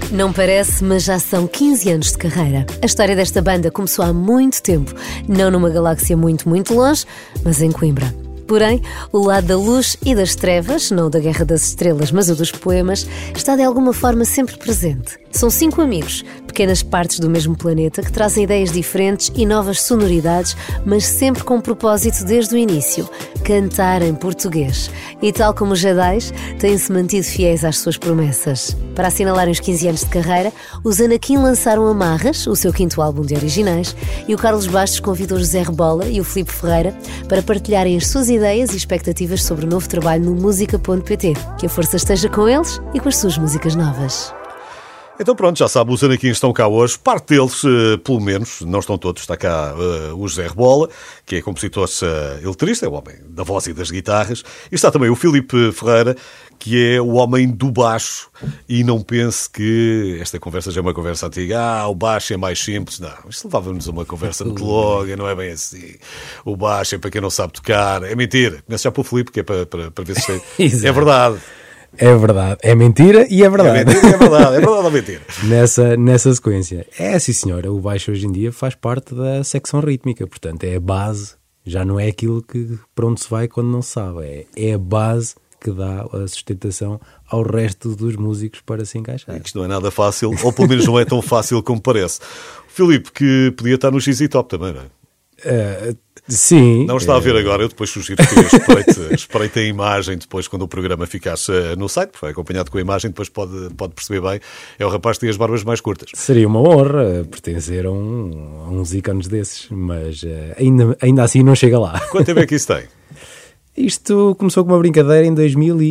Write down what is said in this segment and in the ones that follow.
Não parece, mas já são 15 anos de carreira. A história desta banda começou há muito tempo, não numa galáxia muito, muito longe, mas em Coimbra. Porém, o lado da luz e das trevas, não da Guerra das Estrelas, mas o dos poemas, está de alguma forma sempre presente. São 5 amigos, pequenas partes do mesmo planeta, que trazem ideias diferentes e novas sonoridades, mas sempre com um propósito desde o início: cantar em português. E tal como os Jedi's, têm-se mantido fiéis às suas promessas. Para assinalarem os 15 anos de carreira, os Anakin lançaram Amarras, o seu 5º álbum de originais, e o Carlos Bastos convidou o José Rebola e o Filipe Ferreira para partilharem as suas ideias e expectativas sobre o novo trabalho no música.pt. Que a força esteja com eles e com as suas músicas novas. Então pronto, já sabe, os Anakin estão cá hoje, parte deles, pelo menos, não estão todos, está cá o José Rebola, que é compositor eletrista, é o homem da voz e das guitarras, e está também o Filipe Ferreira, que é o homem do baixo, e não pense que esta conversa já é uma conversa antiga, o baixo é mais simples, não, isto levava-nos a uma conversa muito longa, não é bem assim, o baixo é para quem não sabe tocar, é mentira, começo já pelo Filipe, que é para ver se é verdade. É verdade, é mentira e é verdade. É mentira e é verdade, é verdade ou mentira? Nessa sequência. É, sim senhora, o baixo hoje em dia faz parte da secção rítmica, portanto é a base, já não é aquilo que para onde se vai quando não se sabe, é a base que dá a sustentação ao resto dos músicos para se encaixar. Isto não é nada fácil, ou pelo menos não é tão fácil como parece. Filipe, que podia estar no XZ Top também, não é? Sim. Não está a ver agora, eu depois sugiro que espreite a imagem depois quando o programa ficasse no site, porque foi acompanhado com a imagem, depois pode perceber bem. É o rapaz que tem as barbas mais curtas. Seria uma honra pertencer a uns ícones desses, mas ainda assim não chega lá. Quanto tempo é que isso tem? Isto começou com uma brincadeira em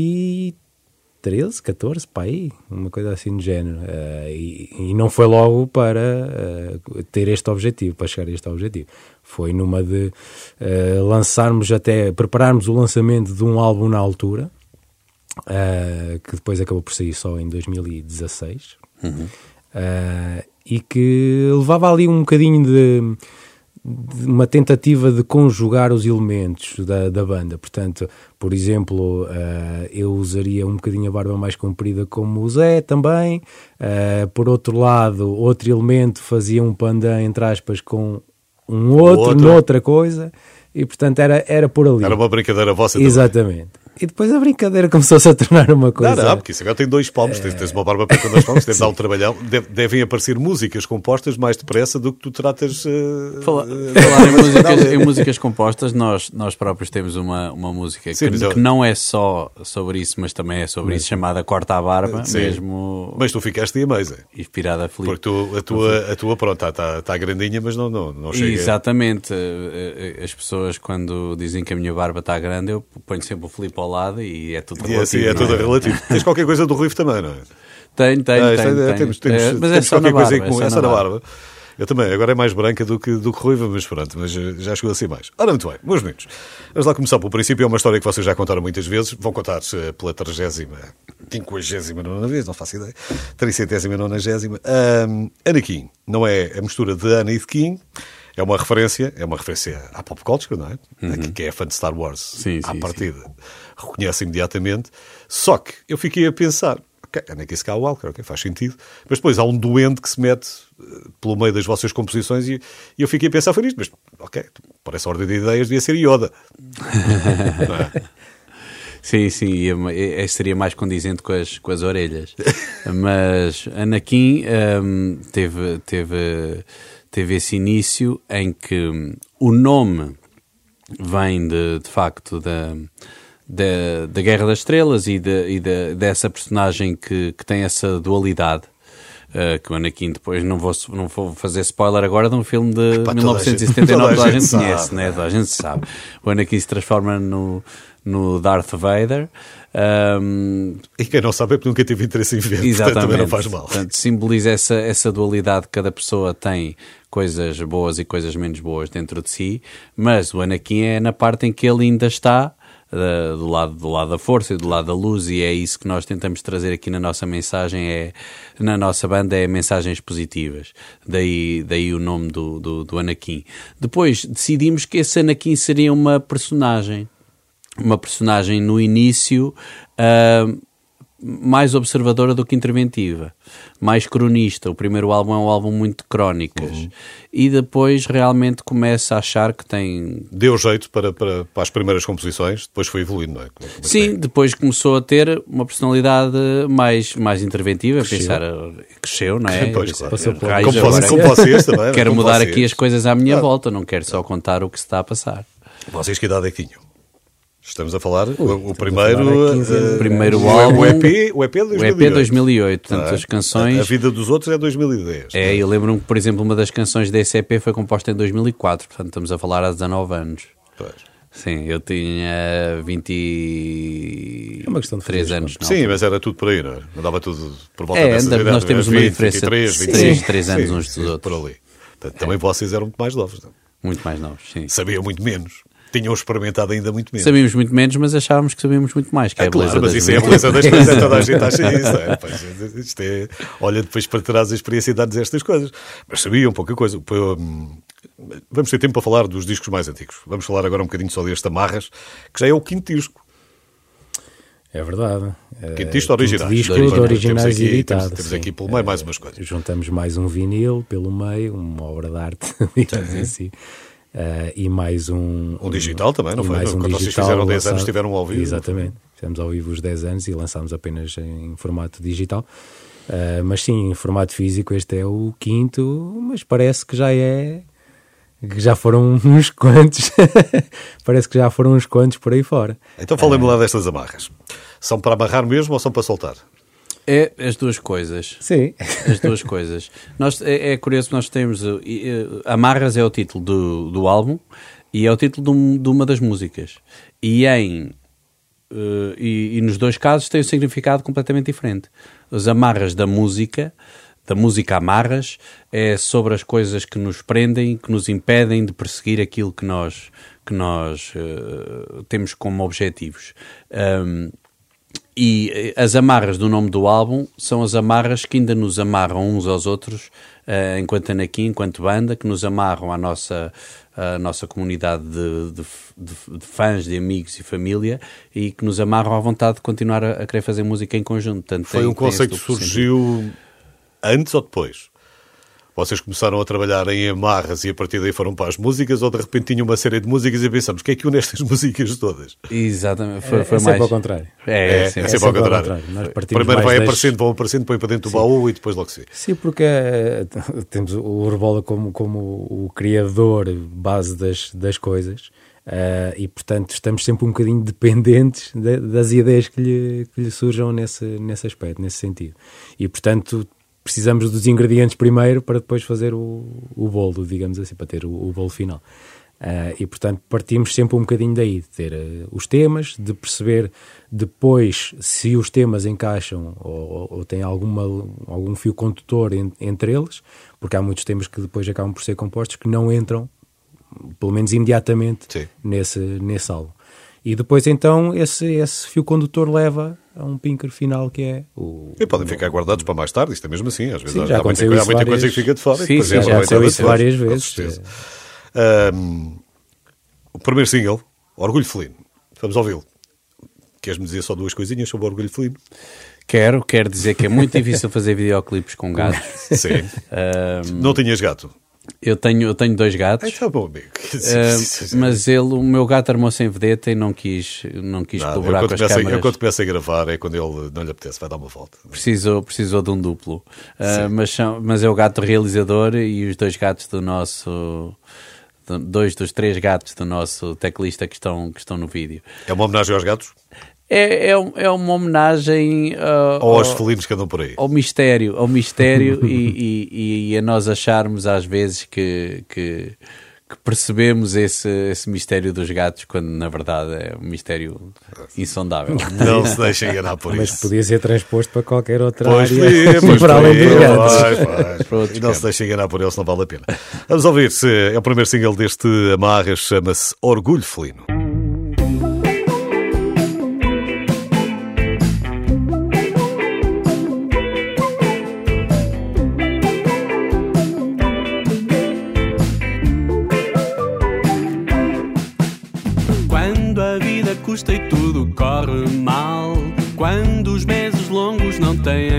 2013, 14, pá, aí, uma coisa assim do género. E não foi logo para ter este objetivo, para chegar a este objetivo. Foi numa de prepararmos o lançamento de um álbum na altura, que depois acabou por sair só em 2016, e que levava ali um bocadinho de uma tentativa de conjugar os elementos da banda. Portanto, por exemplo, eu usaria um bocadinho a barba mais comprida como o Zé também. Por outro lado, outro elemento fazia um pandan, entre aspas, com noutra coisa, e portanto era por ali. Era uma brincadeira vossa. Exatamente. Também. E depois a brincadeira começou-se a tornar uma coisa... Não, porque isso agora tem 2 palmos, tens uma barba preta com 2 palmos, deve dar um trabalhão. Devem aparecer músicas compostas mais depressa do que tu tratas... Falar em músicas compostas, nós próprios temos uma música que não é só sobre isso, mas também é sobre isso, chamada Corta a Barba, mesmo... Mas tu ficaste amazing. Inspirada a Filipe. Porque a tua pronto, está grandinha, mas não chega... Exatamente. As pessoas, quando dizem que a minha barba está grande, eu ponho sempre o Filipe ao lado e é tudo relativo. Sim, é tudo relativo. Tens qualquer coisa do Ruivo também, não é? Tenho. Mas é só na barba. É só na barba. Eu também, agora é mais branca do que Ruiva, mas pronto, mas já chegou assim mais. Ora, muito bem, meus meninos, vamos lá começar pelo princípio. É uma história que vocês já contaram muitas vezes, vão contar pela 50ª vez, não faço ideia, 309ª. Anakin não é a mistura de Ana e de Kim. É uma referência à pop culture, não é? Aqui que é fã de Star Wars, à partida, reconhece imediatamente. Só que eu fiquei a pensar, Anakin Skywalker, faz sentido. Mas depois há um duende que se mete pelo meio das vossas composições e eu fiquei a pensar, foi isto. Mas, parece a ordem de ideias, devia ser Yoda. Não é? Sim, seria mais condizente com as orelhas. Mas Anakin teve esse início em que o nome vem de facto da Guerra das Estrelas e dessa personagem que tem essa dualidade, que o Anakin depois, não vou fazer spoiler agora, de um filme de 1979 que toda a gente conhece, né? Toda a gente sabe. O Anakin se transforma no Darth Vader. E quem não sabe é porque nunca teve interesse em ver, portanto também não faz mal. Portanto, simboliza essa dualidade que cada pessoa tem, coisas boas e coisas menos boas dentro de si, mas o Anakin é na parte em que ele ainda está do lado da força e do lado da luz, e é isso que nós tentamos trazer aqui na nossa mensagem, na nossa banda, é mensagens positivas. Daí o nome do Anakin. Depois decidimos que esse Anakin seria uma personagem no início mais observadora do que interventiva, mais cronista. O primeiro álbum é um álbum muito de crónicas, e depois realmente começa a achar que tem... Deu jeito para as primeiras composições, depois foi evoluindo, não é? Sim, depois começou a ter uma personalidade mais interventiva, cresceu, não é? Pois, claro. Como vocês também. Quero mudar aqui as coisas à minha volta, não quero só contar o que se está a passar. Vocês que idade é que tinham? Estamos a falar o primeiro álbum, o EP é 2008, portanto as canções... A vida dos outros é 2010. Eu lembro-me que, por exemplo, uma das canções desse EP foi composta em 2004, portanto estamos a falar há 19 anos. Pois. Sim, eu tinha 23 anos. Não. Sim, mas era tudo por aí, não é? Andava tudo por volta dessas idades. Nós temos uma diferença de 3 anos uns dos outros. Por ali. Portanto, também vocês eram muito mais novos. Não? Muito mais novos, sim. Sabiam muito menos. Tinham experimentado ainda muito menos. Sabíamos muito menos, mas achávamos que sabíamos muito mais. Que é a beleza claro, mas isso é a beleza das coisas. Toda a gente acha isso. Isto é, olha depois para trás a experiência e dá-nos estas coisas. Mas sabiam pouca coisa. Vamos ter tempo para falar dos discos mais antigos. Vamos falar agora um bocadinho só deste Amarras, que já é o quinto disco. É verdade. Quinto disco originais. Disco de originais editado. Temos aqui pelo meio mais umas coisas. Juntamos mais um vinil pelo meio, uma obra de arte, digamos assim. E mais um digital também, não foi? Quando vocês fizeram 10 anos, estiveram ao vivo. Exatamente. Fizemos ao vivo os 10 anos e lançámos apenas em formato digital. Mas sim, em formato físico este é o quinto, mas parece que já foram uns quantos. Parece que já foram uns quantos por aí fora. Então falem-me lá destas amarras. São para amarrar mesmo ou são para soltar? É as duas coisas. Sim. As duas coisas. É curioso que nós temos... Amarras é o título do álbum e é o título de uma das músicas. E nos dois casos tem um significado completamente diferente. As amarras da música Amarras, é sobre as coisas que nos prendem, que nos impedem de perseguir aquilo que nós temos como objetivos. E as amarras do nome do álbum são as amarras que ainda nos amarram uns aos outros, enquanto Anakin, enquanto banda, que nos amarram à nossa comunidade de fãs, de amigos e família, e que nos amarram à vontade de continuar a querer fazer música em conjunto. Portanto, foi um conceito que surgiu antes ou depois? Vocês começaram a trabalhar em amarras e a partir daí foram para as músicas, ou de repente tinham uma série de músicas e pensamos, o que é que une estas músicas todas? Exatamente. Foi mais... sempre ao contrário. É sempre ao contrário. Primeiro vão aparecendo, põe para dentro do baú e depois logo se vê. Sim, porque temos o Rebola como o criador, base das coisas, e portanto estamos sempre um bocadinho dependentes das ideias que lhe surjam nesse aspecto, nesse sentido. E portanto... precisamos dos ingredientes primeiro para depois fazer o bolo, digamos assim, para ter o bolo final. E, portanto, partimos sempre um bocadinho daí, de ter os temas, de perceber depois se os temas encaixam ou têm algum fio condutor entre eles, porque há muitos temas que depois acabam por ser compostos que não entram, pelo menos imediatamente, nesse álbum. E depois, então, esse fio condutor leva a um pinker final que é o... E podem ficar guardados para mais tarde, isto é mesmo assim. Às vezes já aconteceu isso há muita coisa que fica de fora. Sim, já aconteceu isso várias vezes. O primeiro single, Orgulho Felino. Vamos ouvi-lo. Queres-me dizer só duas coisinhas sobre o Orgulho Felino? Quero dizer que é muito difícil fazer videoclipes com gatos. Sim. Não tinhas gato? Eu tenho 2 gatos. Tá bom, amigo. Mas o meu gato armou-se em vedeta e não quis colaborar com as câmaras. Eu quando começo a gravar é quando ele não lhe apetece, vai dar uma volta. Precisou de um duplo. Mas é o gato realizador e os 2 gatos do nosso... 2 dos 3 gatos do nosso teclista que estão no vídeo. É uma homenagem aos gatos? É uma homenagem ou aos felinos que andam por aí. Ao mistério e a nós acharmos às vezes que percebemos esse mistério dos gatos, quando na verdade é um mistério insondável. Não se deixem enganar por isso. Mas podia ser transposto para qualquer outra área. Pois para além dos gatos. E não se deixem enganar por ele, se não vale a pena. Vamos ouvir, é o primeiro single deste Amarras, chama-se Orgulho Felino. Custa e tudo corre mal, quando os meses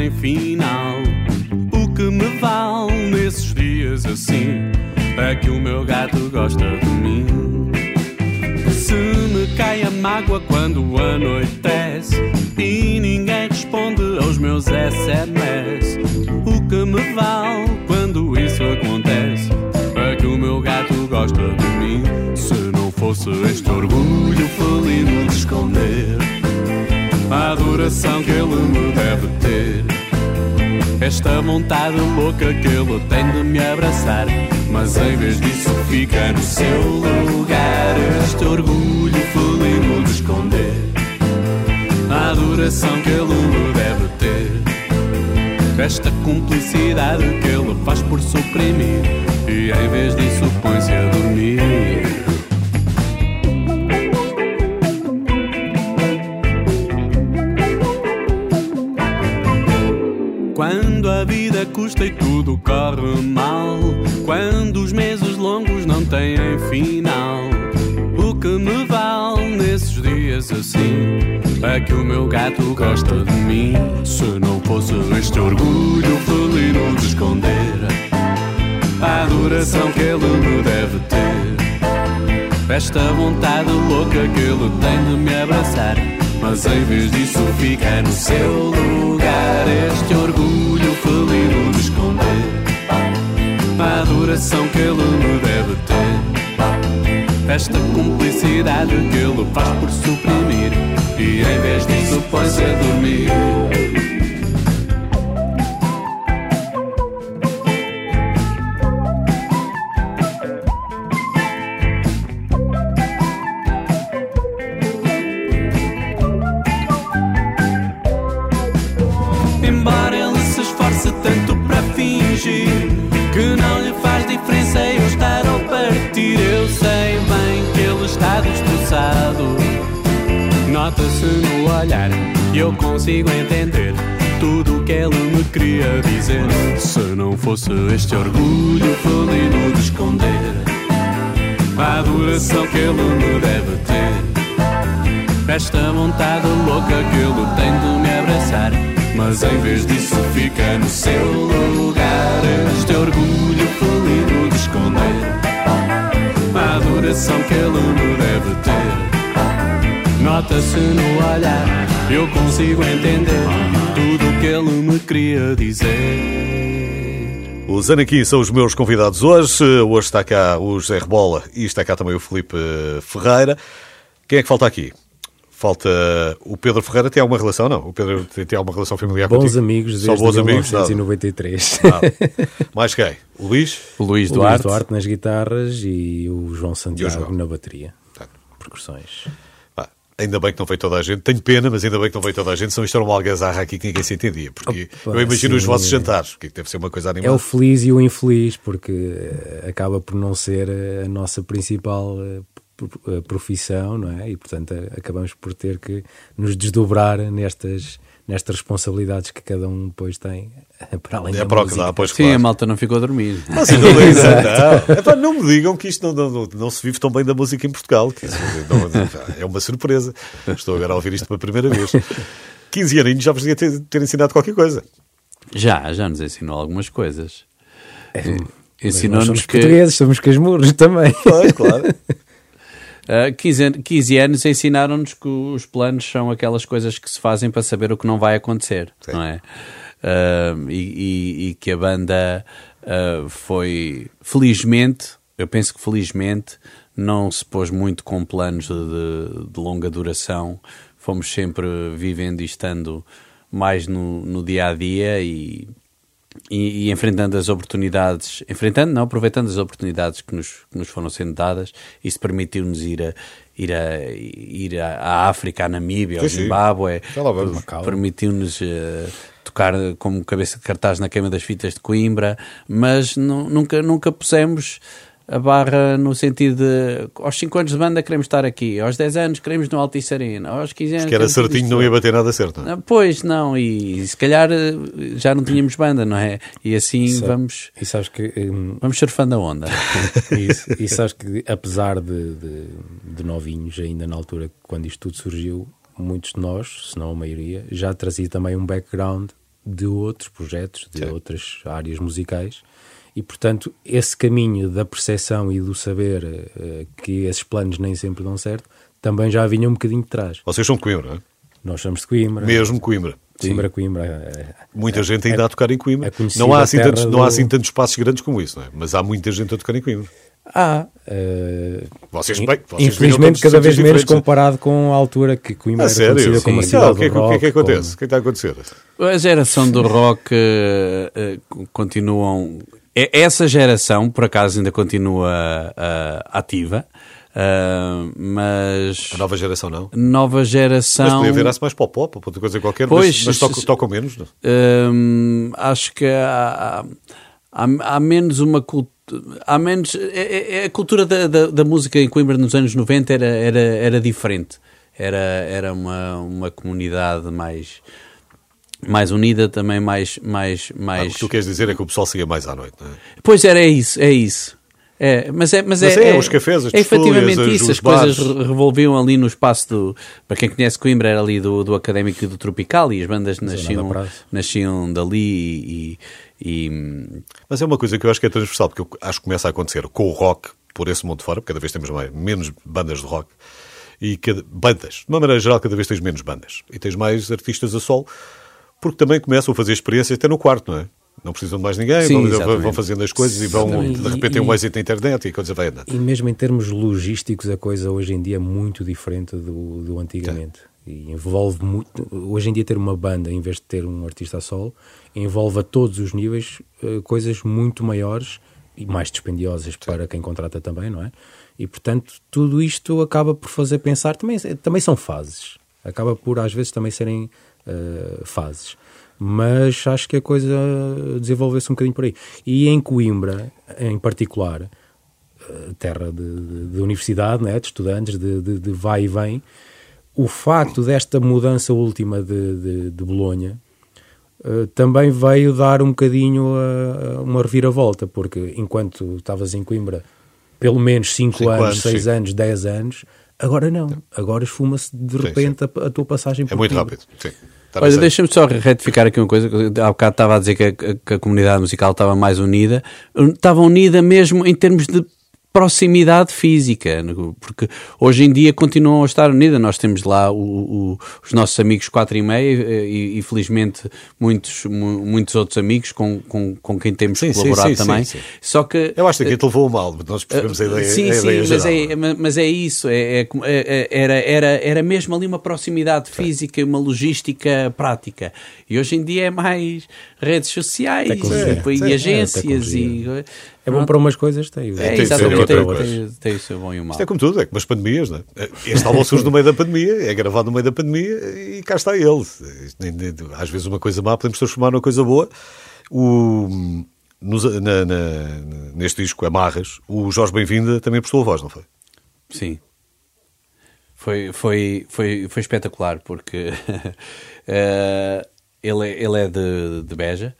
tem final. O que me vale nesses dias assim é que o meu gato gosta de mim. Se me cai a mágoa quando anoitece e ninguém responde aos meus SMS, o que me vale quando isso acontece é que o meu gato gosta de mim. Se não fosse este orgulho felino de esconder a adoração que ele me deve ter, esta vontade louca que ele tem de me abraçar, mas em vez disso fica no seu lugar. Este orgulho felino de esconder a adoração que ele me deve ter, esta cumplicidade que ele faz por suprimir, e em vez disso põe-se a dormir. Quando a vida custa e tudo corre mal, quando os meses longos não têm final, o que me vale nesses dias assim é que o meu gato gosta de mim. Se não fosse este orgulho felino de esconder a adoração que ele me deve ter, esta vontade louca que ele tem de me abraçar, mas em vez disso fica no seu lugar. Este orgulho felino de esconder a adoração que ele me deve ter, esta cumplicidade que ele faz por suprimir, e em vez disso põe-se a dormir. Embora ele se esforce tanto para fingir que não lhe faz diferença eu estar ou partir, eu sei bem que ele está destroçado. Nota-se no olhar e eu consigo entender tudo o que ele me queria dizer. Se não fosse este orgulho felino de esconder a adoração que ele me deve ter, esta vontade louca que ele tem de me abraçar, mas em vez disso fica no seu lugar. Este orgulho felino de esconder a adoração que ele me deve ter, nota-se no olhar, eu consigo entender tudo o que ele me queria dizer. Os Anakin são os meus convidados hoje. Hoje está cá o José Rebola e está cá também o Filipe Ferreira. Quem é que falta aqui? Falta o Pedro Ferreira. Tem alguma relação, não? O Pedro tem alguma relação familiar bons contigo? Amigos São desde bons amigos, 1993. Mais quem? O Luís? O Luís O Duarte. Luís Duarte nas guitarras e o João Santiago João. na bateria. Tá. Percussões. Ainda bem que não veio toda a gente. Tenho pena, mas ainda bem que não veio toda a gente. Senão isto era uma algazarra aqui que ninguém se entendia. Porque eu imagino os vossos jantares, que deve ser uma coisa animada. É o feliz e o infeliz, porque acaba por não ser a nossa principal profissão, não é? E, portanto, acabamos por ter que nos desdobrar nestas responsabilidades que cada um depois tem, para além da para o que música. dá, pois Sim, claro. a malta não ficou a dormir. Não me digam que isto não se vive tão bem da música em Portugal. Que é uma surpresa. Estou agora a ouvir isto pela primeira vez. 15 aninhos já vos devia ter ensinado qualquer coisa. Já nos ensinou algumas coisas. Mas nós Ensinou-nos somos que portugueses, somos casmurros também. Pois, claro. 15 anos ensinaram-nos que os planos são aquelas coisas que se fazem para saber o que não vai acontecer, Sim. não é? E que a banda foi, felizmente, eu penso que felizmente, não se pôs muito com planos de longa duração. Fomos sempre vivendo e estando mais no dia-a-dia e enfrentando as oportunidades, aproveitando as oportunidades que nos foram sendo dadas. Isso permitiu-nos ir à África, à Namíbia, ao Zimbábue, permitiu-nos tocar como cabeça de cartaz na Queima das Fitas de Coimbra, mas nunca pusemos a barra no sentido de aos 5 anos de banda queremos estar aqui, aos 10 anos queremos no Altice Arena, aos 15 anos... Porque era certinho, não ia bater nada certo. Não é? Pois não, e se calhar já não tínhamos banda, não é? E assim vamos surfando a onda. E sabes que apesar de novinhos ainda na altura, quando isto tudo surgiu, muitos de nós, se não a maioria, já trazia também um background de outros projetos, de outras áreas musicais, e portanto esse caminho da percepção e do saber que esses planos nem sempre dão certo, também já vinha um bocadinho de trás. Vocês são de Coimbra, não é? Nós somos de Coimbra. Mesmo Coimbra. Coimbra. Muita gente ainda a tocar em Coimbra. Não há assim tantos espaços grandes como isso, não é? Mas há muita gente a tocar em Coimbra. Vocês infelizmente cada vez menos comparado com a altura que Coimbra era conhecida como a cidade do rock. O que é que acontece? O que está a acontecer? A geração do rock continuam... Essa geração, por acaso, ainda continua ativa. Mas... A nova geração não? Nova geração... Mas podia virar-se mais para o pop, ou para outra coisa qualquer, pois, mas tocam menos, não? Acho que há menos uma cultura... Há menos... A cultura da música em Coimbra nos anos 90 era diferente. Era uma comunidade mais unida, também mais... O que tu queres dizer é que o pessoal saía mais à noite, não é? Pois é isso. Mas os cafés, as efetivamente isso, as bares. coisas revolviam ali no espaço para quem conhece Coimbra, era ali do Académico e do Tropical, e as bandas nasciam dali Mas é uma coisa que eu acho que é transversal, porque eu acho que começa a acontecer com o rock, por esse mundo fora, porque cada vez temos menos bandas de rock, e bandas, de uma maneira geral, cada vez tens menos bandas, e tens mais artistas a solo, porque também começam a fazer experiências até no quarto, não é? Não precisam de mais ninguém, vão fazendo as coisas e de repente tem um êxito na internet e a coisa vai andando. E mesmo em termos logísticos, a coisa hoje em dia é muito diferente do antigamente. E envolve muito. Hoje em dia, ter uma banda, em vez de ter um artista a solo, envolve a todos os níveis coisas muito maiores e mais dispendiosas para quem contrata também, não é? E portanto, tudo isto acaba por fazer pensar. Também são fases. Acaba por, às vezes, também serem fases. Mas acho que a coisa desenvolveu-se um bocadinho por aí. E em Coimbra, em particular, terra de universidade, né, de estudantes, de vai e vem, o facto desta mudança última de Bolonha também veio dar um bocadinho uma reviravolta, porque enquanto estavas em Coimbra pelo menos 5 anos, 6 anos, 10 anos, agora não. Agora esfuma-se de repente a tua passagem por muito Coimbra. rápido, sim. Olha, deixa-me só retificar aqui uma coisa. Há bocado estava a dizer que a comunidade musical estava mais unida. Estava unida mesmo em termos de proximidade física, porque hoje em dia continuam a estar unida. Nós temos lá os nossos amigos 4:30 e felizmente muitos outros amigos com quem temos colaborado também. Sim. Só que eu acho que aquilo levou mal, nós percebemos a ideia. Mas é isso. Era mesmo ali uma proximidade física, uma logística prática. E hoje em dia é mais redes sociais e agências é bom para umas coisas, tem o seu bom e o mau. Isto é como tudo, é como as pandemias, não é? Este álbum surge no meio da pandemia, é gravado no meio da pandemia e cá está ele. Às vezes uma coisa má podemos transformar numa coisa boa. Neste disco, Amarras, o Jorge Bem-vinda também prestou a voz, não foi? Sim. Foi espetacular, porque ele é de Beja.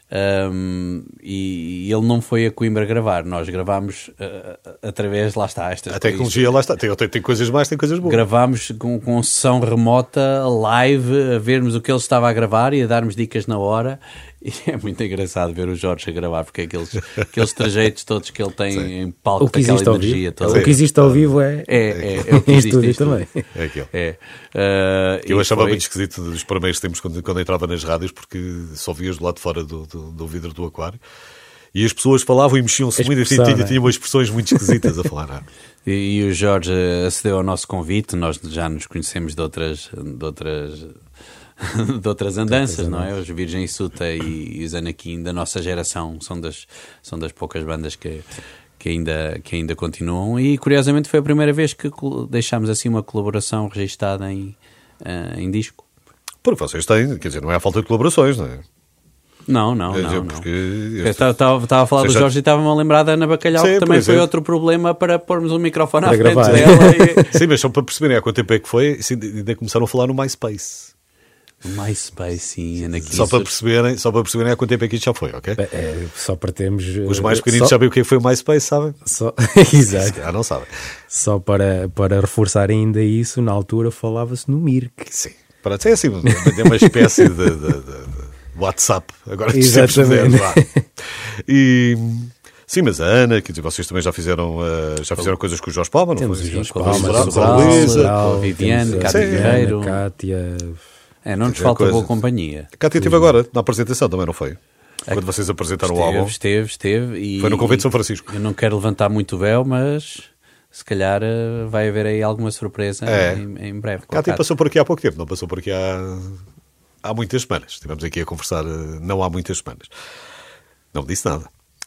E ele não foi a Coimbra gravar. Nós gravámos através, lá está, a tecnologia, lá está, tem coisas más, tem coisas boas. Gravámos com sessão remota, live, a vermos o que ele estava a gravar e a darmos dicas na hora. E é muito engraçado ver o Jorge a gravar, porque aqueles trajeitos todos que ele tem em palco, aquela energia toda. O que existe ao vivo é o que existe também. É aquilo. Eu achava muito esquisito dos primeiros tempos quando entrava nas rádios, porque só vias do lado de fora do vidro do aquário e as pessoas falavam e mexiam-se muito e tinham umas expressões muito esquisitas a falar. E o Jorge acedeu ao nosso convite. Nós já nos conhecemos de outras andanças, não é? Os Virgem Suta e os Anakin da nossa geração são das poucas bandas que ainda continuam, e curiosamente foi a primeira vez que deixámos assim uma colaboração registada em disco. Porque vocês têm, quer dizer, não é a falta de colaborações, não é? Não. Estava a falar do Jorge e estava-me a lembrar da Ana Bacalhau, que também foi outro problema para pormos um microfone à frente dela. Sim, mas só para perceberem há quanto tempo é que foi, ainda começaram a falar no MySpace. MySpace, sim. Só para perceberem há quanto tempo é que isto já foi, ok? Só para termos... Os mais pequeninos sabem o que foi o MySpace, sabem? Exato. Não sabem. Só para reforçar ainda isso, na altura falava-se no Mirk. Sim. É assim, é uma espécie de WhatsApp. Agora Exatamente. E sim, mas a Ana, quer dizer, vocês também já fizeram coisas com o Jorge Palma, não Temos foi? o Jorge Com a Palma, Luísa, a com a Viviane, Cátia Guerreiro. Cátia. Não nos falta boa companhia. A Cátia esteve agora na apresentação, também não foi? Quando vocês apresentaram o álbum. Esteve. E foi no Convento de São Francisco. Eu não quero levantar muito o véu, mas se calhar vai haver aí alguma surpresa em breve. Cátia passou por aqui há pouco tempo, não passou por aqui há muitas semanas. Estivemos aqui a conversar não há muitas semanas. Não me disse nada.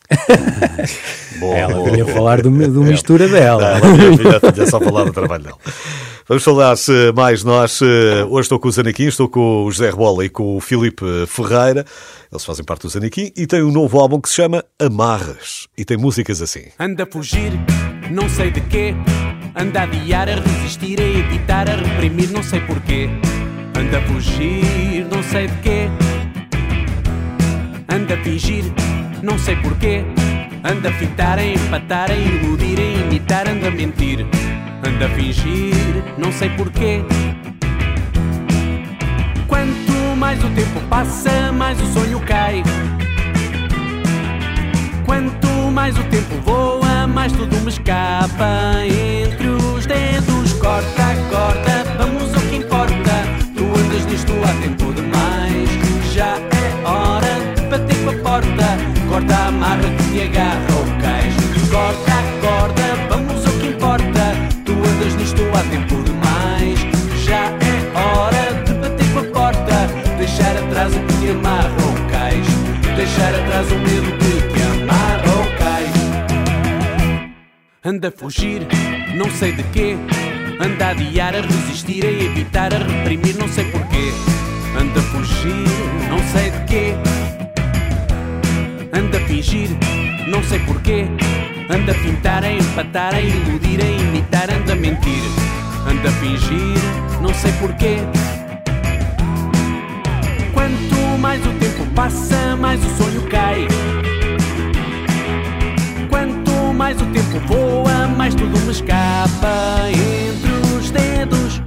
Ela vinha falar do mistura dela. Ela vinha só falar do trabalho dela. Vamos falar mais nós. Hoje estou com o Zanequim, estou com o José Rebola e com o Filipe Ferreira. Eles fazem parte do Zanequim e têm um novo álbum que se chama Amarras. E tem músicas assim. Anda a fugir, não sei de quê. Anda a adiar, a resistir, a evitar, a reprimir, não sei porquê. Anda a fugir, não sei de quê. Anda a fingir, não sei porquê. Anda a fitar, a empatar, a iludir, a imitar, anda a mentir. Anda a fingir, não sei porquê. Quanto mais o tempo passa, mais o sonho cai. Quanto mais o tempo voa, mais tudo me escapa entre os dedos. Corta, corta, vamos ao que importa. Tu andas nisto há tempo demais. Já é hora de bater com a porta. Corta a amarra que te agarra ao cais. Corta a corda, vamos ao que importa. Tu andas nisto há tempo demais. Já é hora de bater com a porta. Deixar atrás o que te amarra ao cais. Deixar atrás o medo que te amarra ao cais. Anda a fugir, não sei de quê. Anda a adiar, a resistir, a evitar, a reprimir, não sei porquê. Anda a fugir, não sei de quê. Anda a fingir, não sei porquê. Anda a pintar, a empatar, a iludir, a imitar, anda a mentir. Anda a fingir, não sei porquê. Quanto mais o tempo passa, mais o sonho cai. Quanto mais o tempo voa, mais tudo me escapa entre os dedos.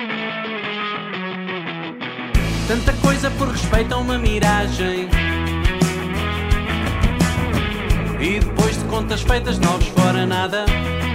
Tanta coisa por respeito a uma miragem. E depois de contas feitas, novos fora nada.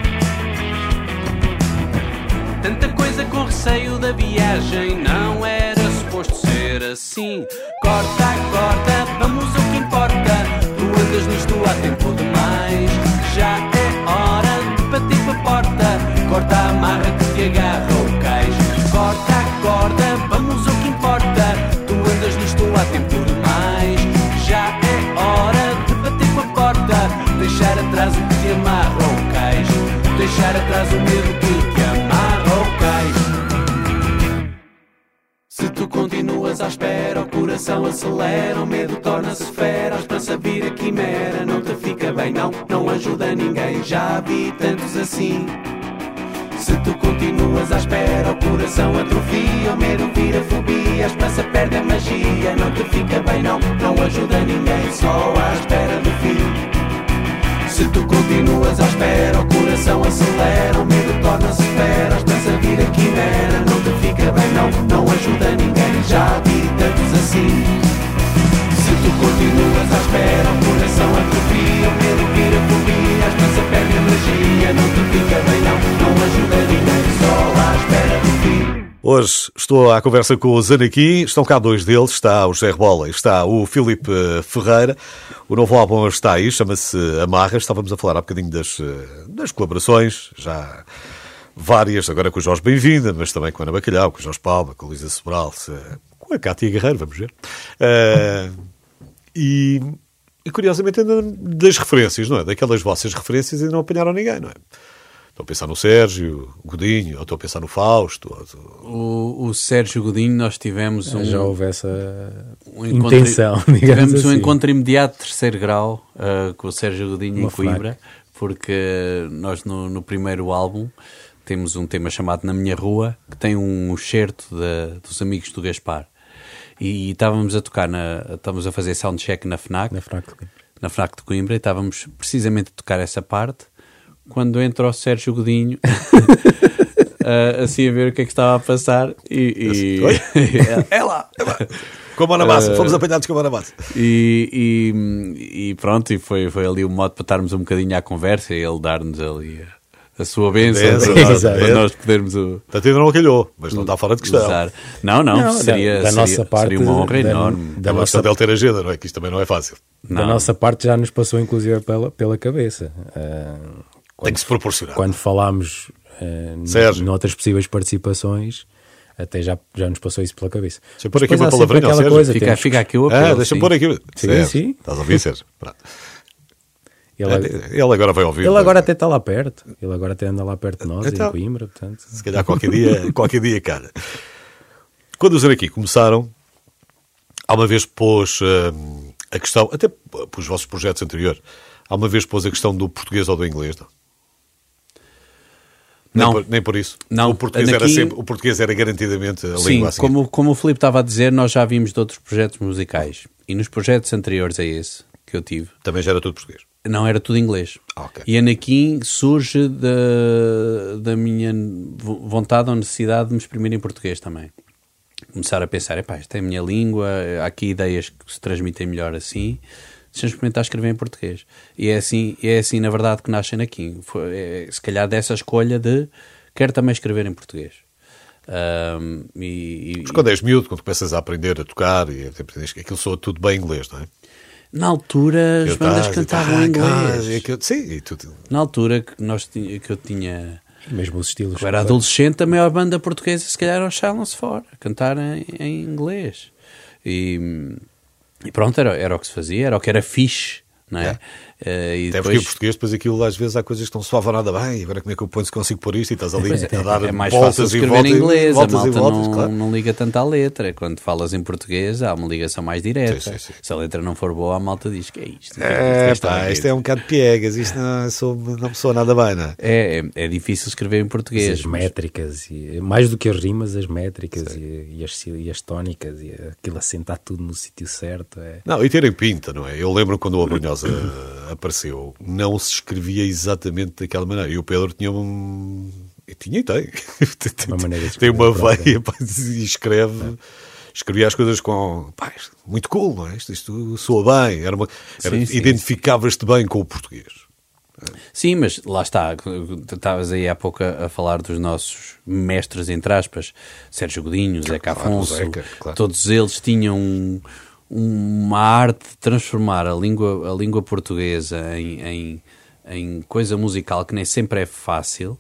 Tanta coisa com receio da viagem. Não era suposto ser assim. Corta, corta, vamos ao que importa. Tu andas nisto há tempo demais. Já é hora de bater com a porta. Corta a amarra que te agarra ao cais. Corta a corda, vamos ao que importa. Tu andas nisto há tempo demais. Já é hora de bater com a porta. Deixar atrás o que te amarra ao cais. Deixar atrás o medo que te amarra ao cais. Se tu continuas à espera, o coração acelera, o medo torna-se fera, a esperança vira quimera. Não te fica bem, não ajuda ninguém, já vi tantos assim. Se tu continuas à espera, o coração atrofia, o medo vira fobia, a esperança perde a magia. Não te fica bem, não ajuda ninguém, só à espera do fim. Se tu continuas à espera, o coração acelera, o medo torna-se fera, a esperança vira quimera. Não te fica bem, não ajuda ninguém, já vi tantos assim. Se tu continuas à espera, o coração atrofia, o medo vira fobia, a esperança perde a magia. Não te fica bem, não ajuda ninguém, só à espera do fim. Hoje estou à conversa com o Zanequim, estão cá dois deles, está o José Rebola e está o Filipe Ferreira. O novo álbum está aí, chama-se Amarras. Estávamos a falar há bocadinho das colaborações, já várias, agora com o Jorge Bem-vinda, mas também com a Ana Bacalhau, com o Jorge Palma, com a Luísa Sobral, com a Cátia Guerreiro, vamos ver. E curiosamente ainda das referências, não é? Daquelas vossas referências ainda não apanharam ninguém, não é? Estou a pensar no Sérgio Godinho, ou estou a pensar no Fausto. O Sérgio Godinho, nós tivemos Já houve essa intenção, digamos tivemos assim. um encontro imediato de terceiro grau com o Sérgio Godinho em Coimbra, porque nós no primeiro álbum temos um tema chamado Na Minha Rua, que tem um excerto dos Amigos do Gaspar. E estávamos a tocar, estávamos a fazer soundcheck na FNAC de Coimbra, e estávamos precisamente a tocar essa parte, quando entra o Sérgio Godinho assim a ver o que é que estava a passar e é lá. Com a mão na massa, fomos apanhados com a mão na massa. E pronto, e foi ali o modo para estarmos um bocadinho à conversa e ele dar-nos ali a sua bênção para nós podermos Portanto, ainda não calhou, mas não está fora de questão. usar. Não, seria uma honra enorme. Da nossa questão de ter agenda, não é? Que isto também não é fácil. Da nossa parte já nos passou inclusive pela cabeça. Tem que se proporcionar. Quando falámos noutras possíveis participações, até já nos passou isso pela cabeça. Deixa eu pôr aqui uma palavrinha ao Sérgio. Coisa, fica aqui o apelo. Deixa-me pôr aqui. Sim. Estás a ouvir, Sérgio? Pronto. Ele agora vai ouvir. Ele agora até está lá perto. Ele agora até anda lá perto de nós, então, em Coimbra, portanto. Se calhar qualquer dia, cara. Quando os aqui começaram, há uma vez pôs a questão, até para os vossos projetos anteriores, há uma vez pôs a questão do português ou do inglês, não? Nem por isso. Não. O português era garantidamente a língua assim. Como o Filipe estava a dizer, nós já vimos de outros projetos musicais. E nos projetos anteriores a esse que eu tive, também já era tudo português. Não, era tudo inglês. Okay. E Anakin surge da minha vontade ou necessidade de me exprimir em português também. Começar a pensar, esta é a minha língua, há aqui ideias que se transmitem melhor assim, deixa-me experimentar escrever em português. E é assim na verdade, que nasce Anakin. Se calhar dessa escolha de quero também escrever em português. Mas quando és miúdo, quando começas a aprender a tocar, e aquilo soa tudo bem inglês, não é? Na altura as bandas cantavam em inglês. Sim, e tudo. Na altura que eu tinha... Mesmo os estilos. Eu era adolescente, a maior banda portuguesa se calhar era o Silence 4, a cantar em inglês. E pronto, era o que se fazia, era o que era fixe, não é? E até porque o português, depois aquilo às vezes há coisas que não soavam nada bem, agora como é que eu consigo pôr isto e estás ali a dar é mais voltas fácil escrever voltas, em inglês, a malta claro. não liga tanto à letra. Quando falas em português há uma ligação mais direta. Sim. Se a letra não for boa, a malta diz que é isto. Isto é um bocado piegas, isto não me soa nada bem, não é? É difícil escrever em português. As métricas, mais do que as rimas, as métricas e as tónicas, e aquilo assentar tudo no sítio certo. Não, e terem pinta, não é? Eu lembro quando o Abrunhosa apareceu, não se escrevia exatamente daquela maneira. E o Pedro tinha Tinha e tem. Uma maneira de tem uma veia, e escrevia as coisas com... muito cool, não é? Isto soa bem. Identificavas-te bem com o português. Sim, mas lá está. Estavas aí há pouco a falar dos nossos mestres, entre aspas, Sérgio Godinho, Zeca Afonso. Claro. Todos eles tinham uma arte de transformar a língua portuguesa em coisa musical que nem sempre é fácil,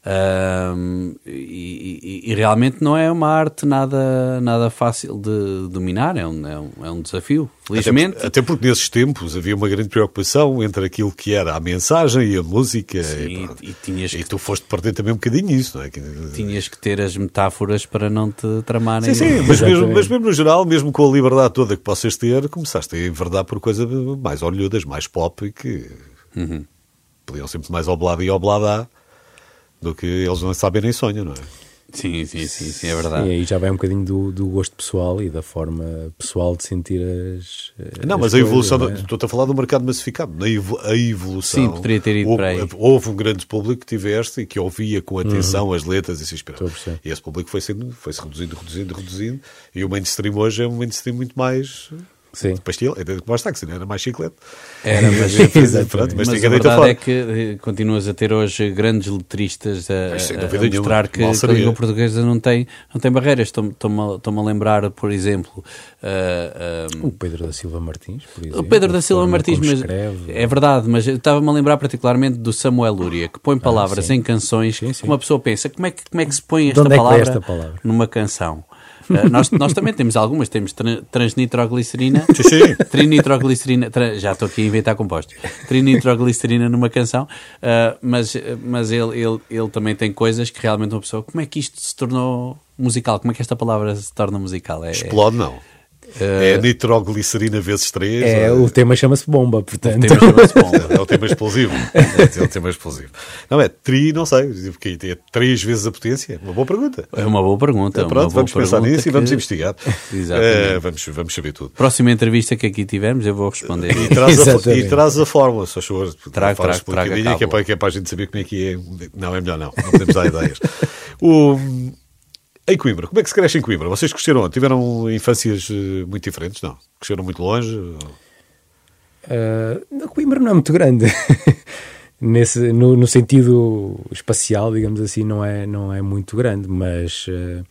e realmente não é uma arte nada fácil de dominar, é um desafio, felizmente. Até porque nesses tempos havia uma grande preocupação entre aquilo que era a mensagem e a música. Sim, e tu foste perder também um bocadinho isso, não é? Tinhas que ter as metáforas para não te tramarem. Sim, mas mesmo no geral, mesmo com a liberdade toda que possas ter, começaste a enverdar por coisas mais orlhudas, mais pop, e que podiam sempre mais oblada e obladá do que eles não sabem nem sonham, não é? Sim, é verdade. E aí já vai um bocadinho do gosto pessoal e da forma pessoal de sentir mas a evolução, estou-te a falar do mercado massificado, a evolução. Sim, poderia ter ido para aí. Houve um grande público que tiveste e que ouvia com atenção as letras e se inspirava. E esse público foi-se reduzindo, e o mainstream hoje é um mainstream muito mais... Sim. Pastilha, mais táxi, era mais chiclete. Era, mas a verdade é que continuas a ter hoje grandes letristas a mostrar que a língua portuguesa não tem barreiras. Estou-me a lembrar, por exemplo... o Pedro da Silva Martins, por exemplo. O Pedro da Silva Martins, mas é verdade, mas estava-me a lembrar particularmente do Samuel Lúria, que põe palavras em canções que uma pessoa pensa, como é que se põe esta palavra numa canção? Nós também temos algumas, temos transnitroglicerina, trinitroglicerina, já estou aqui a inventar compostos, trinitroglicerina numa canção, mas ele também tem coisas que realmente uma pessoa, como é que isto se tornou musical? Como é que esta palavra se torna musical? Explode, não. É nitroglicerina vezes 3. O tema chama-se bomba, portanto. É o tema explosivo. Não é não sei, porque é 3 vezes a potência. Uma boa pergunta. É uma boa pergunta. Vamos pensar nisso e vamos investigar. Exatamente. Vamos saber tudo. Próxima entrevista que aqui tivermos, eu vou responder. E traz a fórmula, se achou. Traga que é para a gente saber como é que é. Não, é melhor não. Não podemos dar ideias. Em Coimbra. Como é que se cresce em Coimbra? Vocês cresceram? Tiveram infâncias muito diferentes? Não? Cresceram muito longe? Coimbra não é muito grande. No sentido espacial, digamos assim, não é muito grande, mas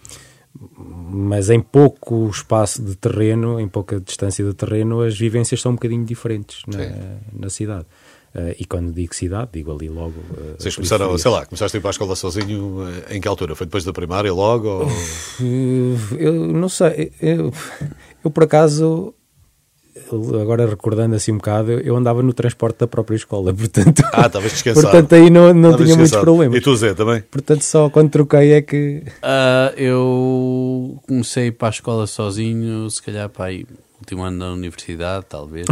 em pouco espaço de terreno, em pouca distância de terreno, as vivências são um bocadinho diferentes na cidade. E quando digo cidade, digo ali logo... Vocês começaram, sei lá, começaste a ir para a escola sozinho em que altura? Foi depois da primária logo? Ou... Eu não sei. Eu por acaso... Agora recordando assim um bocado, eu andava no transporte da própria escola, portanto... estavas descansado. Portanto aí não tinha muitos problemas. E tu, Zé, também? Portanto só quando troquei é que... Eu comecei a ir para a escola sozinho, se calhar para aí, último ano da universidade, talvez.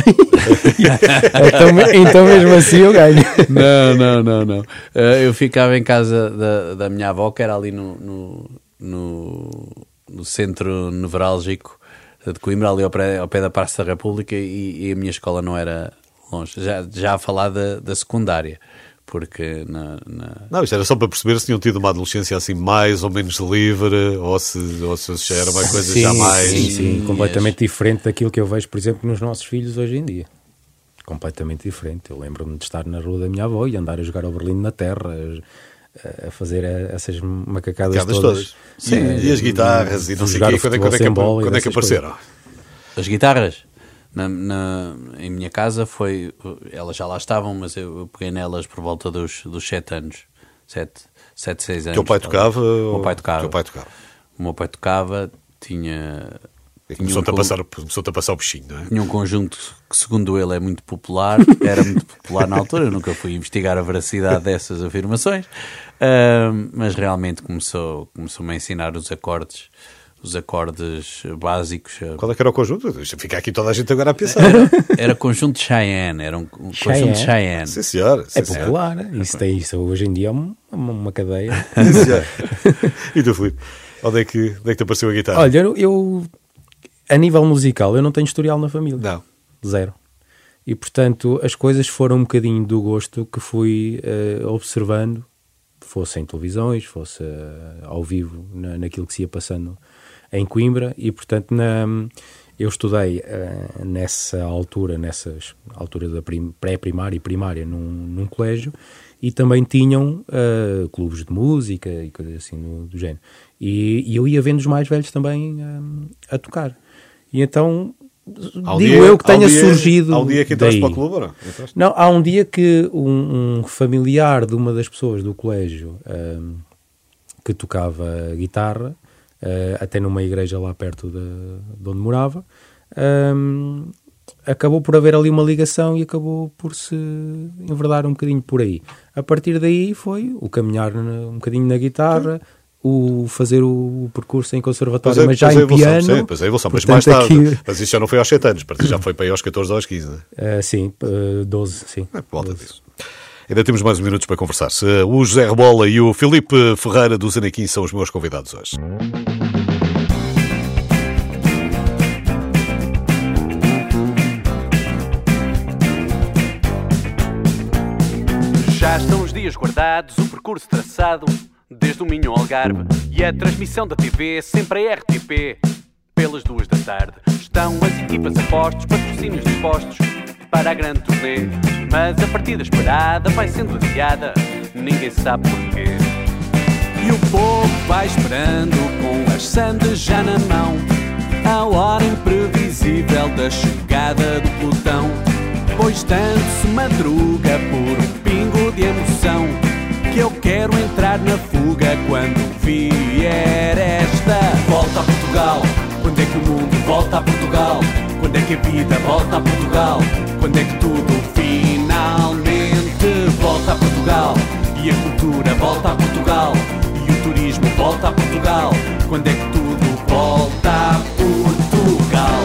então mesmo assim eu ganho. Não. Eu ficava em casa da minha avó, que era ali no centro nevrálgico de Coimbra, ali ao pé da Praça da República, e a minha escola não era longe. Já a falar da secundária, porque Não, isto era só para perceber se tinham tido uma adolescência assim mais ou menos livre, ou se já era uma coisa já mais... Sim, completamente diferente daquilo que eu vejo, por exemplo, nos nossos filhos hoje em dia. Completamente diferente. Eu lembro-me de estar na rua da minha avó e andar a jogar ao Berlim na terra, a fazer essas macacadas todas. Sim, e as guitarras e não sei o quê. Quando é que apareceram? As guitarras? Em minha casa elas já lá estavam, mas eu peguei nelas por volta dos 7 anos. 7, 6 anos. Teu pai tocava? O meu pai tocava. Teu pai tocava. O meu pai tocava, tinha... Começou-te a passar o bichinho, não é? Tinha um conjunto que, segundo ele, é muito popular. Era muito popular na altura. Eu nunca fui investigar a veracidade dessas afirmações. Mas realmente começou-me a ensinar os acordes básicos. Qual é que era o conjunto? Deixa ficar aqui toda a gente agora a pensar. Era conjunto de Cheyenne. Era um conjunto de Cheyenne. Sim, senhora. É popular. Isso hoje em dia é uma cadeia. Sim, senhora. E tu, Filipe? Onde é que te apareceu a guitarra? Olha, eu a nível musical, eu não tenho historial na família. Não. Zero. E, portanto, as coisas foram um bocadinho do gosto que fui observando, fosse em televisões, fosse ao vivo, naquilo que se ia passando em Coimbra. E, portanto, eu estudei nessa altura da pré-primária e primária num colégio, e também tinham clubes de música e coisas assim do género. E eu ia vendo os mais velhos também a tocar. E então, eu que tenha surgido... Há um dia que entraste para o clube, ou não? Não, há um dia que um familiar de uma das pessoas do colégio que tocava guitarra, até numa igreja lá perto de onde morava, acabou por haver ali uma ligação e acabou por se enverdar um bocadinho por aí. A partir daí foi o caminhar um bocadinho na guitarra, o fazer o percurso em conservatório, mas já em piano. Sim, pois é a evolução, mas mais tarde. Mas isso já não foi aos 7 anos, já foi para aí aos 14 ou aos 15, não é? Sim, 12, sim. Por volta disso. Ainda temos mais uns minutos para conversar. O José Rebola e o Filipe Ferreira do Zanequim são os meus convidados hoje. Já estão os dias guardados, o percurso traçado, desde o Minho ao Algarve, e a transmissão da TV, sempre a RTP, pelas 2 da tarde. Estão as equipas a postos, patrocínios dispostos para a grande turnê, mas a partida esperada vai sendo adiada, ninguém sabe porquê. E o povo vai esperando com as sandes já na mão, a hora imprevisível da chegada do pelotão, pois tanto se madruga por um pingo de emoção, que eu quero entrar na fuga quando vier esta volta a Portugal. Quando é que o mundo volta a Portugal? Quando é que a vida volta a Portugal? Quando é que tudo finalmente volta a Portugal? E a cultura volta a Portugal? E o turismo volta a Portugal? Quando é que tudo volta a Portugal?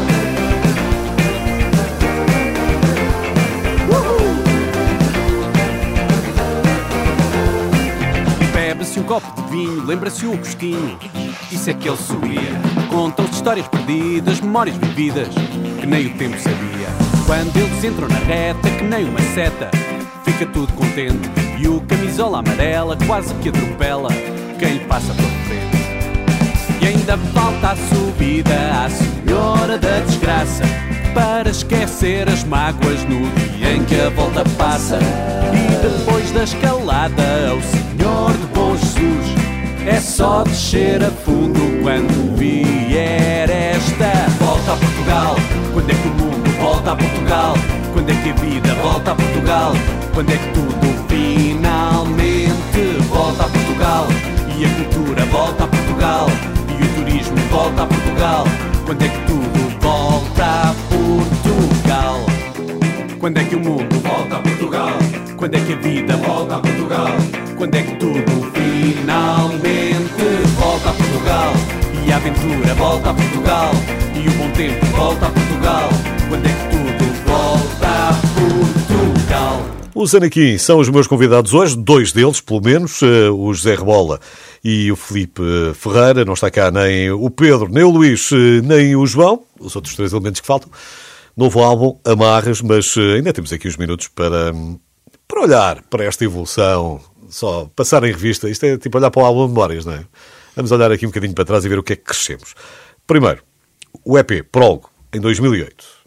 Bebe-se um copo de vinho, lembra-se o Cosquinho, isso é que ele sorria. Contam-se histórias perdidas, memórias vividas, que nem o tempo sabia. Quando eles entram na reta, que nem uma seta, fica tudo contente. E o camisola amarela quase que atropela quem lhe passa pela frente. E ainda falta a subida à Senhora da Desgraça, para esquecer as mágoas no dia em que a volta passa. E depois da escalada ao Senhor de Bom Jesus, é só descer a fundo quando vier esta volta a Portugal. Quando é que o mundo volta a Portugal? Quando é que a vida volta a Portugal? Quando é que tudo finalmente volta a Portugal? E a cultura volta a Portugal? E o turismo volta a Portugal? Quando é que tudo volta a Portugal? Quando é que o mundo volta a Portugal? Quando é que a vida volta a Portugal? Quando é que tudo finalmente volta a Portugal? E a aventura volta a Portugal? E o bom tempo volta a Portugal? Quando é que tudo volta a Portugal? Os Anakin são os meus convidados hoje, 2 deles, pelo menos, o José Rebola e o Filipe Ferreira. Não está cá nem o Pedro, nem o Luís, nem o João, os outros 3 elementos que faltam. Novo álbum, Amarras, mas ainda temos aqui uns minutos para olhar para esta evolução, só passar em revista. Isto é tipo olhar para o álbum de memórias, não é? Vamos olhar aqui um bocadinho para trás e ver o que é que crescemos. Primeiro, o EP Prólogo, em 2008.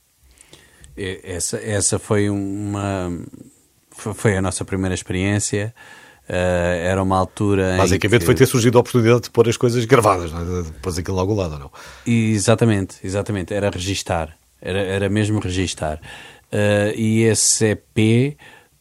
Essa foi foi a nossa primeira experiência. Era uma altura basicamente foi ter surgido a oportunidade de pôr as coisas gravadas, não é? Depois aquilo logo ao lado, não? Exatamente, era registar, era mesmo registar. E esse EP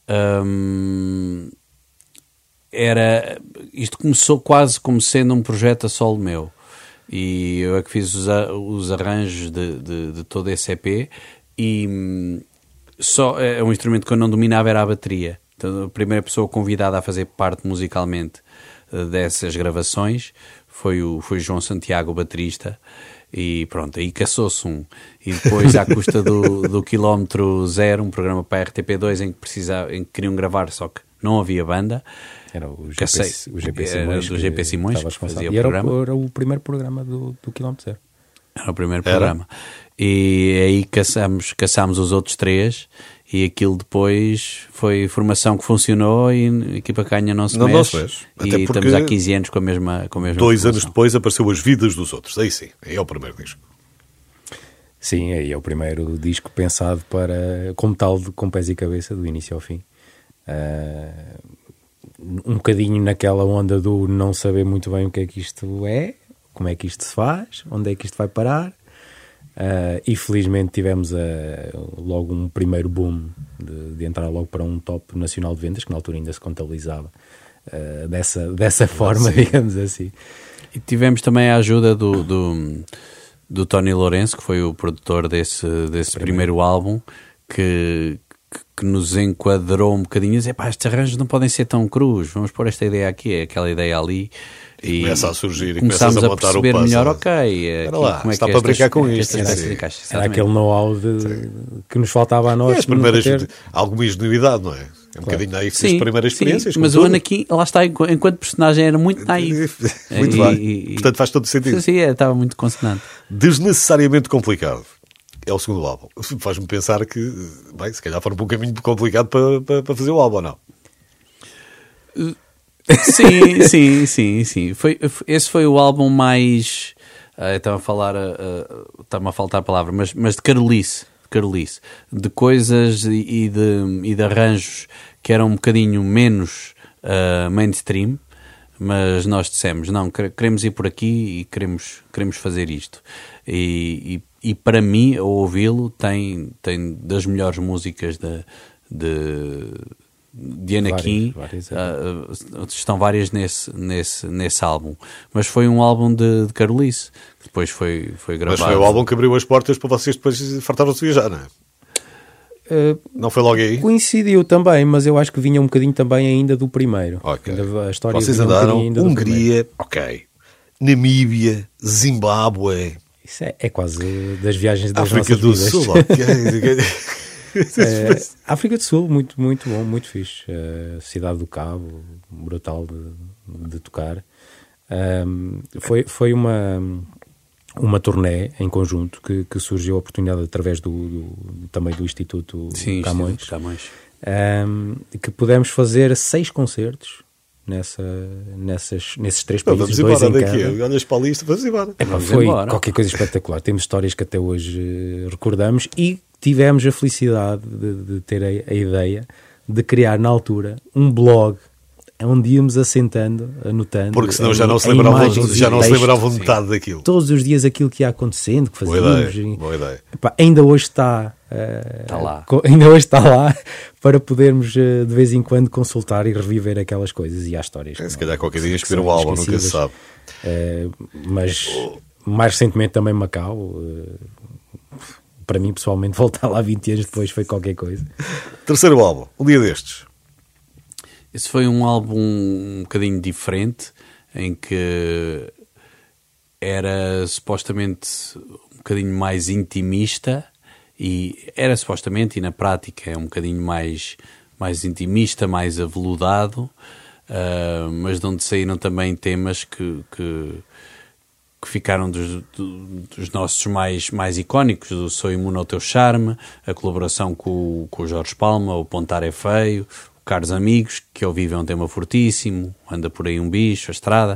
isto começou quase como sendo um projeto a solo meu, e eu é que fiz os arranjos de todo esse EP. E só um instrumento que eu não dominava era a bateria. Então, a primeira pessoa convidada a fazer parte musicalmente dessas gravações foi o João Santiago, o baterista, e pronto, aí caçou-se um. E depois, à custa do quilómetro zero, um programa para a RTP2 em que queriam gravar, só que não havia banda. Era o GP Simões. Do GP Simões que fazia o programa. Era o primeiro programa do quilómetro zero. Era o primeiro programa. E aí caçámos os outros 3, e aquilo depois foi formação que funcionou, e a equipa canha não se mexe. E estamos há 15 anos com a mesma 2 anos depois apareceu As Vidas dos Outros. Aí sim, aí é o primeiro disco. Sim, aí é o primeiro disco pensado para, como tal, com pés e cabeça, do início ao fim. Um bocadinho naquela onda do não saber muito bem o que é que isto é, como é que isto se faz, onde é que isto vai parar. E felizmente tivemos logo um primeiro boom de entrar logo para um top nacional de vendas, que na altura ainda se contabilizava dessa forma, digamos assim. E tivemos também a ajuda do Tony Lourenço, que foi o produtor desse primeiro álbum, que nos enquadrou um bocadinho, dizer, estes arranjos não podem ser tão crus, vamos pôr esta ideia aqui, aquela ideia ali. E começa a surgir, começamos a perceber melhor, como está para brincar com isto. Era aquele know-how que nos faltava a nós. As primeiras, alguma ingenuidade, não é? É um bocadinho naif das primeiras experiências. Mas o Anakin, lá está, enquanto personagem era muito naif. Muito bem. Portanto faz todo sentido. Sim, estava muito consonante. Desnecessariamente complicado. É o segundo álbum. Faz-me pensar que, bem, se calhar foi um caminho complicado para fazer o álbum, ou não? Sim. Esse foi o álbum mais... Está-me a faltar a palavra, mas de carolice. De coisas e de arranjos que eram um bocadinho menos mainstream, mas nós dissemos, não, queremos ir por aqui e queremos fazer isto. E para mim, ao ouvi-lo, tem das melhores músicas de Anakin. Estão várias nesse álbum, mas foi um álbum de carolice, depois foi gravado. Mas foi o álbum que abriu as portas para vocês depois fartaram-se viajar, não é? Não foi logo aí? Coincidiu também, mas eu acho que vinha um bocadinho também ainda do primeiro. Okay. A história vocês andaram Hungria, Namíbia, Zimbábue. Isso é quase das viagens das África do nossas Sul, África do Sul, muito, muito bom, muito fixe. Cidade do Cabo, brutal de tocar. Foi uma turnê em conjunto que surgiu a oportunidade através também do Instituto Camões. Camões. Que pudemos fazer 6 concertos nesses 3 Então, países. vamos 2 embora em daqui. cada. Olhas para a lista, vamos embora. Foi embora. qualquer coisa espetacular. Temos histórias que até hoje recordamos e tivemos a felicidade de ter a ideia de criar na altura um blog onde íamos assentando, anotando. Porque senão já não se imagens e lembravam textos. metade daquilo. Todos os dias aquilo que ia acontecendo, que fazíamos. Boa ideia. Epá, ainda hoje está lá. Ainda hoje está lá para podermos de vez em quando consultar e reviver aquelas coisas e há histórias. Se calhar qualquer dia que inspira são um álbum, nunca se esquecidas. sabe. Mas mais recentemente também Macau. Para mim, pessoalmente, voltar lá 20 anos depois foi qualquer coisa. Terceiro álbum, um dia destes. Esse foi um álbum um bocadinho diferente, em que era supostamente um bocadinho mais intimista, e era supostamente, e na prática é um bocadinho mais intimista, mais aveludado, mas de onde saíram também temas que ficaram dos nossos mais icónicos, do Sou Imune ao Teu Charme, a colaboração com o Jorge Palma, o Pontar é Feio, o Caros Amigos, que ao vivo é um tema fortíssimo, Anda por aí um bicho, a estrada.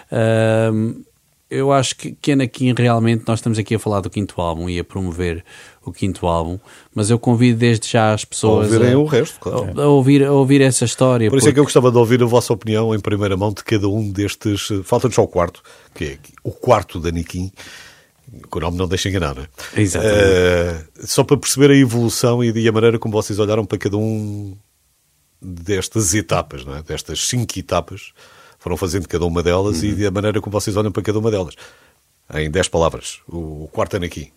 Eu acho que Anakin, realmente, nós estamos aqui a falar do 5º álbum e a promover o 5º álbum, mas eu convido desde já as pessoas A ouvirem o resto, claro. a ouvir essa história. Por isso é que eu gostava de ouvir a vossa opinião em primeira mão de cada um destes. Falta-nos só o quarto, que é o quarto da Anakin, que o nome não deixa enganar, não é? Exatamente. Só para perceber a evolução e a maneira como vocês olharam para cada um destas etapas, não é? Destas 5 etapas, foram fazendo cada uma delas e a maneira como vocês olham para cada uma delas. Em 10 palavras, o quarto Anakin.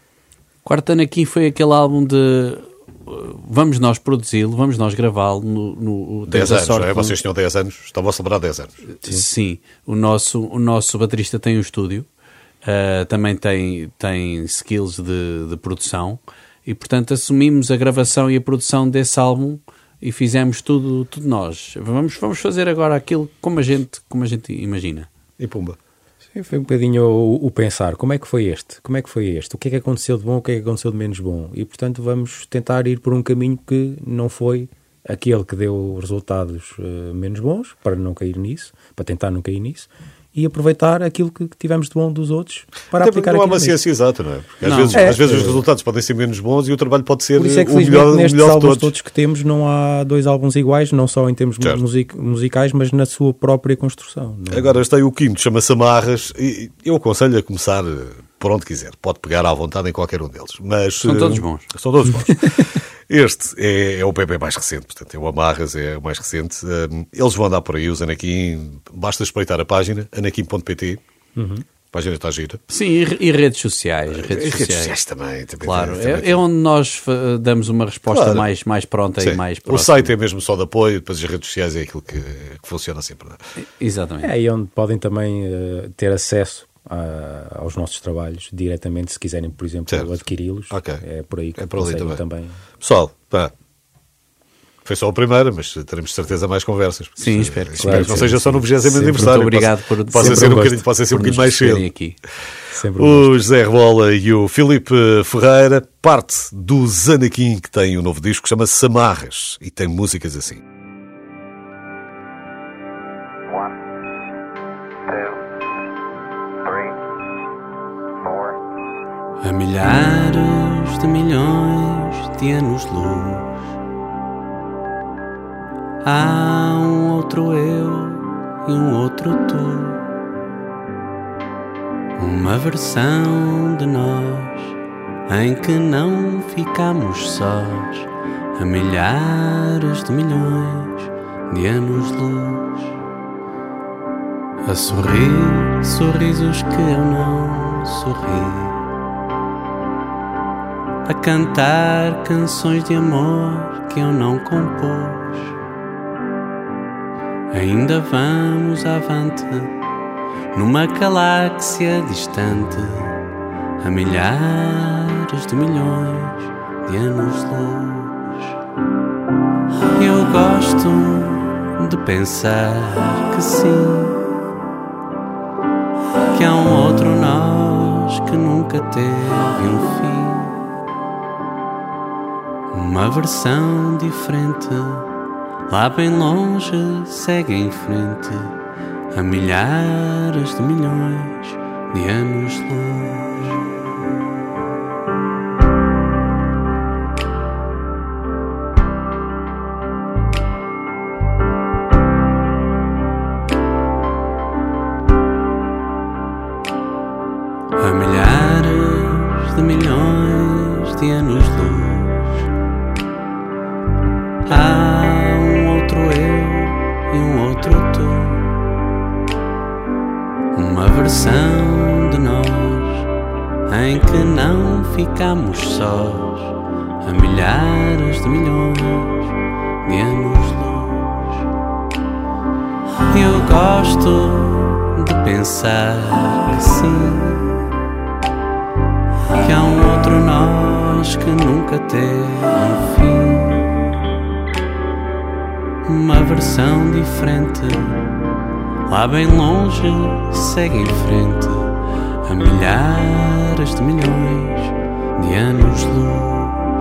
O quarto Anakin foi aquele álbum de vamos nós produzi-lo, vamos nós gravá-lo no 10 anos, não é? Vocês tinham 10 anos, estavam a celebrar 10 anos. Sim. O nosso baterista tem um estúdio, também tem skills de produção e, portanto, assumimos a gravação e a produção desse álbum e fizemos tudo nós. Vamos fazer agora aquilo como a gente imagina. E pumba. Sim, foi um bocadinho o pensar, como é que foi este? Como é que foi este? O que é que aconteceu de bom? O que é que aconteceu de menos bom? E, portanto, vamos tentar ir por um caminho que não foi aquele que deu resultados menos bons, para não cair nisso, para tentar não cair nisso, e aproveitar aquilo que tivemos de bom dos outros para Até aplicar não há aquilo uma mesmo. ciência exata, não é? Porque Não. às vezes os resultados podem ser menos bons e o trabalho pode ser Por isso é que, o felizmente, melhor nestes de álbuns todos. todos que temos, não há 2 álbuns iguais, não só em termos Certo. musicais, mas na sua própria construção. Não é? Agora este aí, o 5º, chama-se Amarras, e eu aconselho a começar por onde quiser. Pode pegar à vontade em qualquer um deles. Mas, São todos bons. São todos bons. Este é o bebê mais recente, portanto, é o Amarras, é o mais recente. Eles vão andar por aí, os Anakin, basta espreitar a página, anakin.pt. A página está gira. Sim, e redes sociais. Redes sociais também. Claro, também é onde nós damos uma resposta Claro. mais pronta Sim. e mais O próxima. site é mesmo só de apoio, depois as redes sociais é aquilo que funciona sempre. Não é? Exatamente. É aí onde podem também ter acesso aos nossos trabalhos diretamente, se quiserem, por exemplo, Certo. adquiri-los. Ok. É por aí que É por ali conseguem também. também. Pessoal, pá, foi só a primeira, mas teremos de certeza mais conversas. Sim, espero que Espero que não sim. seja só no 20º Sempre. aniversário. Muito obrigado por possa sempre ser um um gosto. bocadinho, possa ser um por bocadinho nos mais cedo. receberem aqui. Sempre um gosto. O José Rebola e o Filipe Ferreira, parte do Anakin, que tem um novo disco que chama-se Amarras e tem músicas assim. 1, 2, 3, 4. A milhares de milhões de anos-luz há um outro eu e um outro tu. Uma versão de nós em que não ficamos sós. A milhares de milhões de anos-luz. A sorrir sorrisos que eu não sorri. A cantar canções de amor que eu não compus. Ainda vamos avante numa galáxia distante, a milhares de milhões de anos-luz. Eu gosto de pensar que sim, que há um outro nós que nunca teve um fim. Uma versão diferente lá bem longe segue em frente, a milhares de milhões de anos-luz. A milhares de milhões de anos-luz, há um outro eu e um outro tu, uma versão de nós em que não ficamos sós, a milhares de milhões de anos-luz. Eu gosto de pensar que sim, que há um outro nós que nunca teve um fim, uma versão diferente, lá bem longe segue em frente, a milhares de milhões de anos-luz.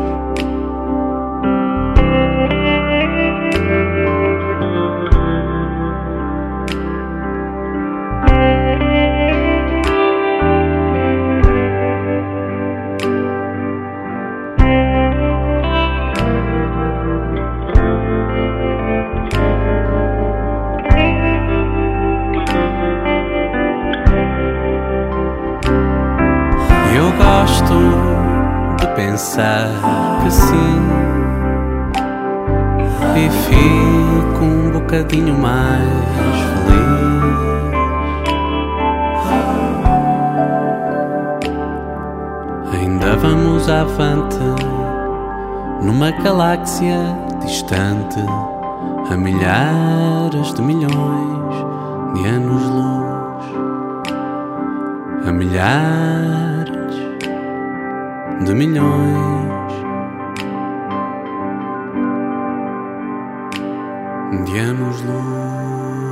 Eu gosto de pensar que sim, e fico um bocadinho mais feliz. Ainda vamos avante, numa galáxia distante, a milhares de milhões de anos-luz, a milhares de milhões de anos-luz.